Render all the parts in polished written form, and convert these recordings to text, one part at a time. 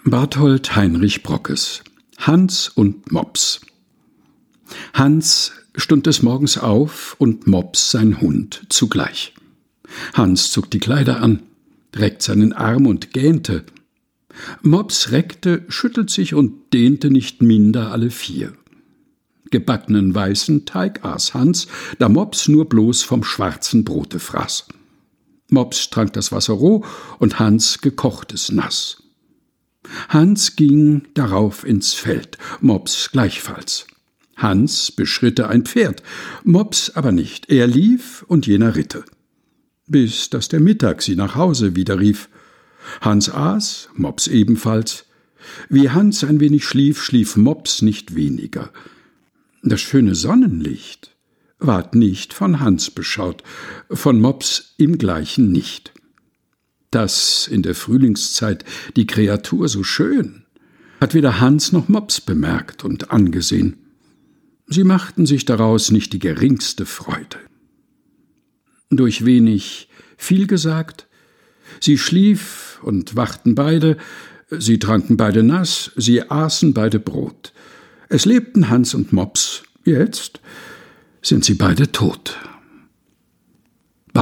Barthold Heinrich Brockes: Hans und Mops. Hans stund des Morgens auf und Mops sein Hund zugleich. Hans zog die Kleider an, reckt seinen Arm und gähnte. Mops reckte, schüttelt sich und dehnte nicht minder alle vier. Gebackenen weißen Teig aß Hans, da Mops nur bloß vom schwarzen Brote fraß. Mops trank das Wasser roh und Hans gekochtes nass. Hans ging darauf ins Feld, Mops gleichfalls. Hans beschritte ein Pferd, Mops aber nicht, er lief und jener ritte. Bis dass der Mittag sie nach Hause wieder rief. Hans aß, Mops ebenfalls. Wie Hans ein wenig schlief, schlief Mops nicht weniger. Das schöne Sonnenlicht ward nicht von Hans beschaut, von Mops im Gleichen nicht. Dass in der Frühlingszeit die Kreatur so schön, hat weder Hans noch Mops bemerkt und angesehen. Sie machten sich daraus nicht die geringste Freude. Durch wenig viel gesagt, sie schlief und wachten beide, sie tranken beide nass, sie aßen beide Brot. Es lebten Hans und Mops, jetzt sind sie beide tot.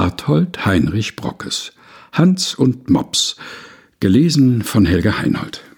Barthold Heinrich Brockes: Hans und Mops, gelesen von Helga Heinold.